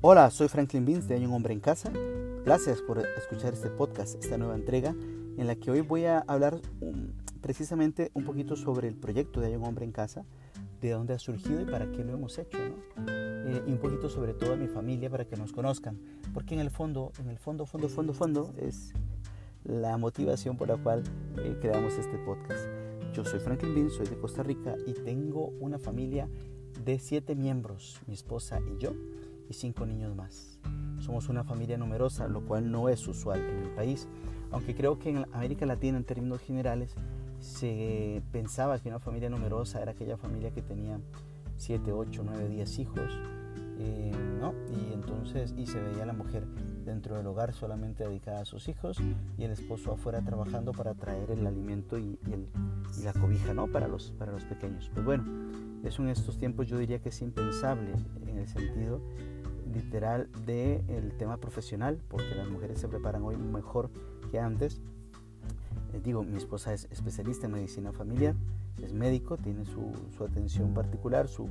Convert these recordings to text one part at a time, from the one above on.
Hola, soy Franklin Vince de Hay un Hombre en Casa. Gracias por escuchar este podcast, esta nueva entrega en la que hoy voy a hablar precisamente un poquito sobre el proyecto de Hay un Hombre en Casa, de dónde ha surgido y para qué lo hemos hecho, ¿no? Y un poquito sobre todo a mi familia para que nos conozcan, porque en el fondo es la motivación por la cual creamos este podcast. Yo soy Franklin Vince, soy de Costa Rica y tengo una familia de 7 miembros, mi esposa y yo, y 5 niños más. Somos una familia numerosa, lo cual no es usual en mi país, aunque creo que en América Latina en términos generales se pensaba que una familia numerosa era aquella familia que tenía 7, 8, 9, 10 hijos, ¿no? Y se veía a la mujer dentro del hogar solamente dedicada a sus hijos y el esposo afuera trabajando para traer el alimento y la cobija, ¿no? para los pequeños. Pues bueno, eso en estos tiempos yo diría que es impensable en el sentido literal del tema profesional, porque las mujeres se preparan hoy mejor que antes. Mi esposa es especialista en medicina familiar, es médico, tiene su atención particular, su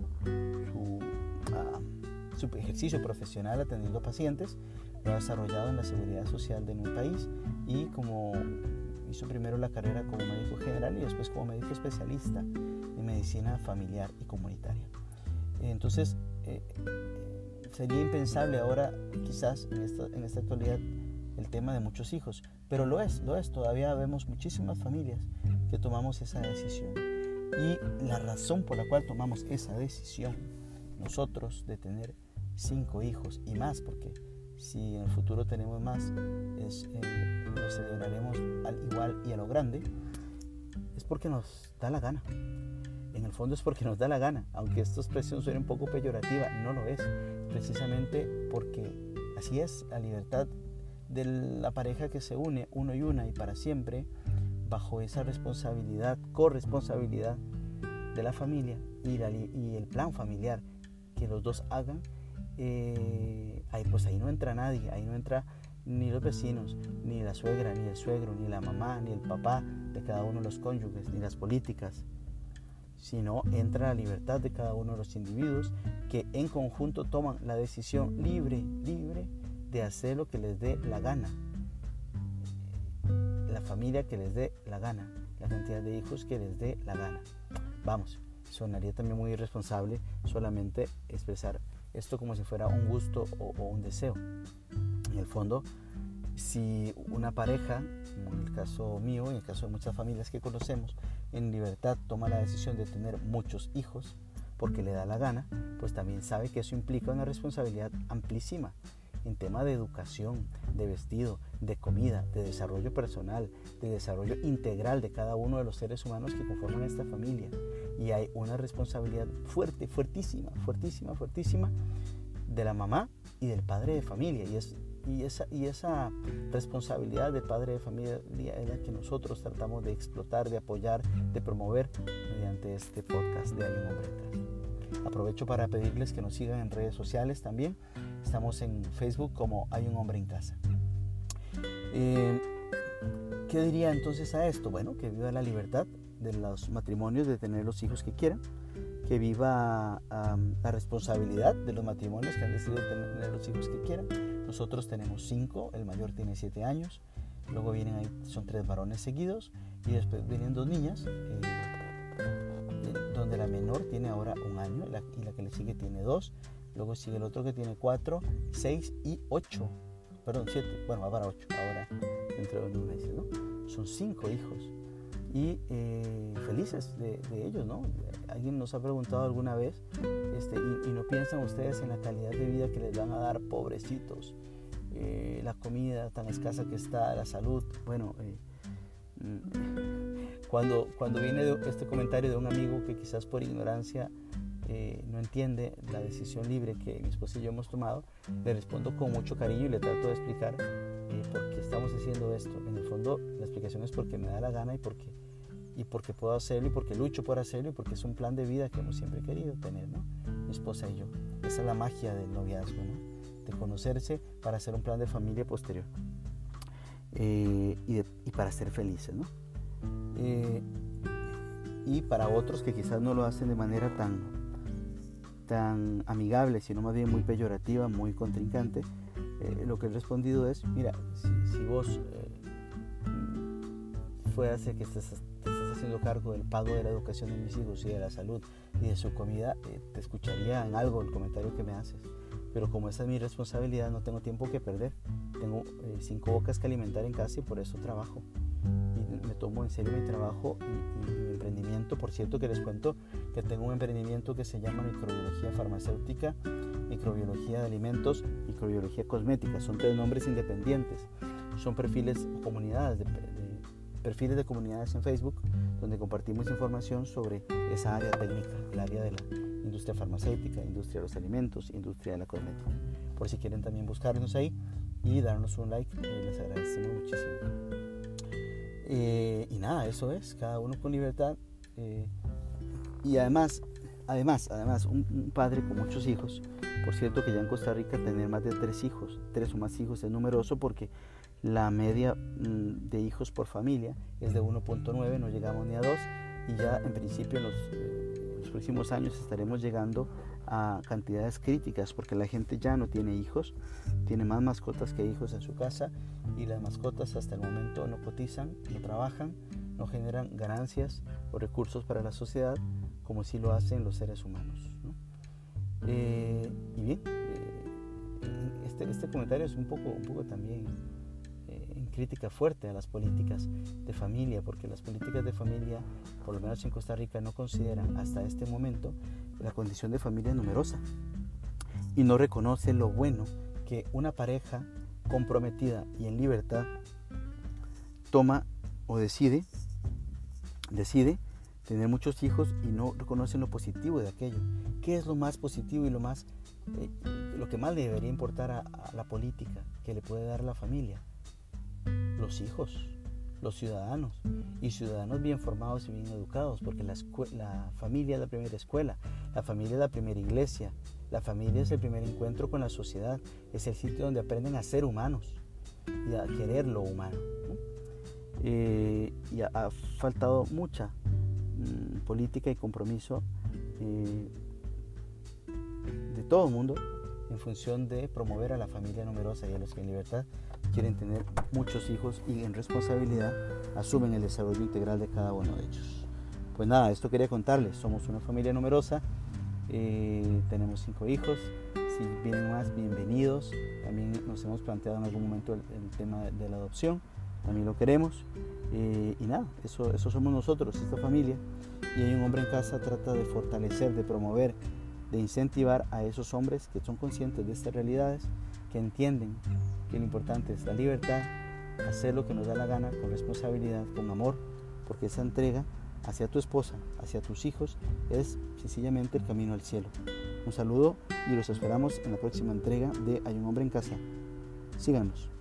ejercicio profesional atendiendo pacientes, lo ha desarrollado en la seguridad social de mi país y como hizo primero la carrera como médico general y después como médico especialista en medicina familiar y comunitaria. Entonces, sería impensable ahora, quizás en esta actualidad, el tema de muchos hijos, pero lo es, todavía vemos muchísimas familias que tomamos esa decisión. Y la razón por la cual tomamos esa decisión nosotros de tener 5 hijos y más, porque si en el futuro tenemos más, lo celebraremos al igual y a lo grande, es porque nos da la gana. En el fondo es porque nos da la gana, aunque esta expresión suene un poco peyorativa, no lo es, precisamente porque así es la libertad de la pareja que se une uno y una y para siempre bajo esa responsabilidad, corresponsabilidad de la familia y el plan familiar que los dos hagan. Ahí no entra nadie, ahí no entra ni los vecinos, ni la suegra, ni el suegro, ni la mamá, ni el papá de cada uno de los cónyuges, ni las políticas, sino entra la libertad de cada uno de los individuos que en conjunto toman la decisión libre de hacer lo que les dé la gana, la familia que les dé la gana, la cantidad de hijos que les dé la gana. Vamos, sonaría también muy irresponsable solamente expresar esto como si fuera un gusto o un deseo. En el fondo, si una pareja, como en el caso mío, en el caso de muchas familias que conocemos, en libertad toma la decisión de tener muchos hijos porque le da la gana, pues también sabe que eso implica una responsabilidad amplísima en tema de educación, de vestido, de comida, de desarrollo personal, de desarrollo integral de cada uno de los seres humanos que conforman esta familia. Y hay una responsabilidad fuertísima de la mamá y del padre de familia. Y esa responsabilidad del padre de familia es la que nosotros tratamos de explotar, de apoyar, de promover mediante este podcast de Hay un Hombre en Casa. Aprovecho para pedirles que nos sigan en redes sociales también. Estamos en Facebook como Hay un Hombre en Casa. ¿Qué diría entonces a esto? Bueno, que viva la libertad de los matrimonios de tener los hijos que quieran, que viva la responsabilidad de los matrimonios que han decidido tener los hijos que quieran. Nosotros tenemos 5, el mayor tiene 7 años, luego vienen ahí, son 3 varones seguidos y después vienen 2 niñas, donde la menor tiene ahora 1 año y la que le sigue tiene 2, luego sigue el otro que tiene 4, 6 y 8, perdón 7, bueno va para 8 ahora dentro de unos meses, ¿no? Son 5 hijos y felices de ellos, ¿no? Alguien nos ha preguntado alguna vez y no piensan ustedes en la calidad de vida que les van a dar, pobrecitos, la comida tan escasa que está, la salud. Bueno, cuando viene este comentario de un amigo que quizás por ignorancia no entiende la decisión libre que mi esposa y yo hemos tomado, le respondo con mucho cariño y le trato de explicar por qué estamos haciendo esto. En el fondo la explicación es porque me da la gana y porque puedo hacerlo y porque lucho por hacerlo y porque es un plan de vida que hemos siempre querido tener, ¿no? Mi esposa y yo. Esa es la magia del noviazgo, ¿no? De conocerse para hacer un plan de familia posterior y para ser felices, ¿no? Y para otros que quizás no lo hacen de manera tan amigable, sino más bien muy peyorativa, muy contrincante, lo que he respondido es: mira, si vos fueras el que te estás haciendo cargo del pago de la educación de mis hijos y de la salud y de su comida, te escucharía en algo el comentario que me haces, pero como esa es mi responsabilidad, no tengo tiempo que perder. Tengo 5 bocas que alimentar en casa y por eso trabajo, y me tomo en serio mi trabajo y mi emprendimiento. Por cierto, que les cuento que tengo un emprendimiento que se llama microbiología farmacéutica, microbiología de alimentos, microbiología cosmética. Son 3 nombres independientes, son perfiles o comunidades perfiles de comunidades en Facebook donde compartimos información sobre esa área técnica, el área de la industria farmacéutica, industria de los alimentos, industria de la cosmética. Por si quieren también buscarnos ahí y darnos un like, les agradecemos muchísimo. Y nada, eso es, cada uno con libertad. Y además un padre con muchos hijos. Por cierto, que ya en Costa Rica tener más de 3 hijos, 3 o más hijos es numeroso, porque la media de hijos por familia es de 1.9, no llegamos ni a 2, y ya en principio en los próximos años estaremos llegando a cantidades críticas, porque la gente ya no tiene hijos, tiene más mascotas que hijos en su casa, y las mascotas hasta el momento no cotizan, no trabajan, no generan ganancias o recursos para la sociedad como sí lo hacen los seres humanos, ¿no? Y bien, este comentario es un poco también en crítica fuerte a las políticas de familia, porque las políticas de familia, por lo menos en Costa Rica, no consideran hasta este momento la condición de familia numerosa, y no reconoce lo bueno que una pareja comprometida y en libertad toma o decide tener muchos hijos, y no reconocen lo positivo de aquello. ¿Qué es lo más positivo y lo que más le debería importar a la política que le puede dar la familia? Los hijos, los ciudadanos, y ciudadanos bien formados y bien educados, porque la familia es la primera escuela, la familia es la primera iglesia, la familia es el primer encuentro con la sociedad, es el sitio donde aprenden a ser humanos y a querer lo humano, ¿no? Y ha faltado mucha política y compromiso de todo el mundo en función de promover a la familia numerosa, y a los que en libertad quieren tener muchos hijos y en responsabilidad asumen el desarrollo integral de cada uno de ellos. Pues nada, esto quería contarles. Somos una familia numerosa, tenemos 5 hijos. Si vienen más, bienvenidos. También nos hemos planteado en algún momento el tema de la adopción, también lo queremos. Y nada, eso somos nosotros, esta familia. Y Hay un Hombre en Casa trata de fortalecer, de promover, de incentivar a esos hombres que son conscientes de estas realidades, que entienden que lo importante es la libertad, hacer lo que nos da la gana con responsabilidad, con amor, porque esa entrega hacia tu esposa, hacia tus hijos, es sencillamente el camino al cielo. Un saludo y los esperamos en la próxima entrega de Hay un Hombre en Casa. Síganos.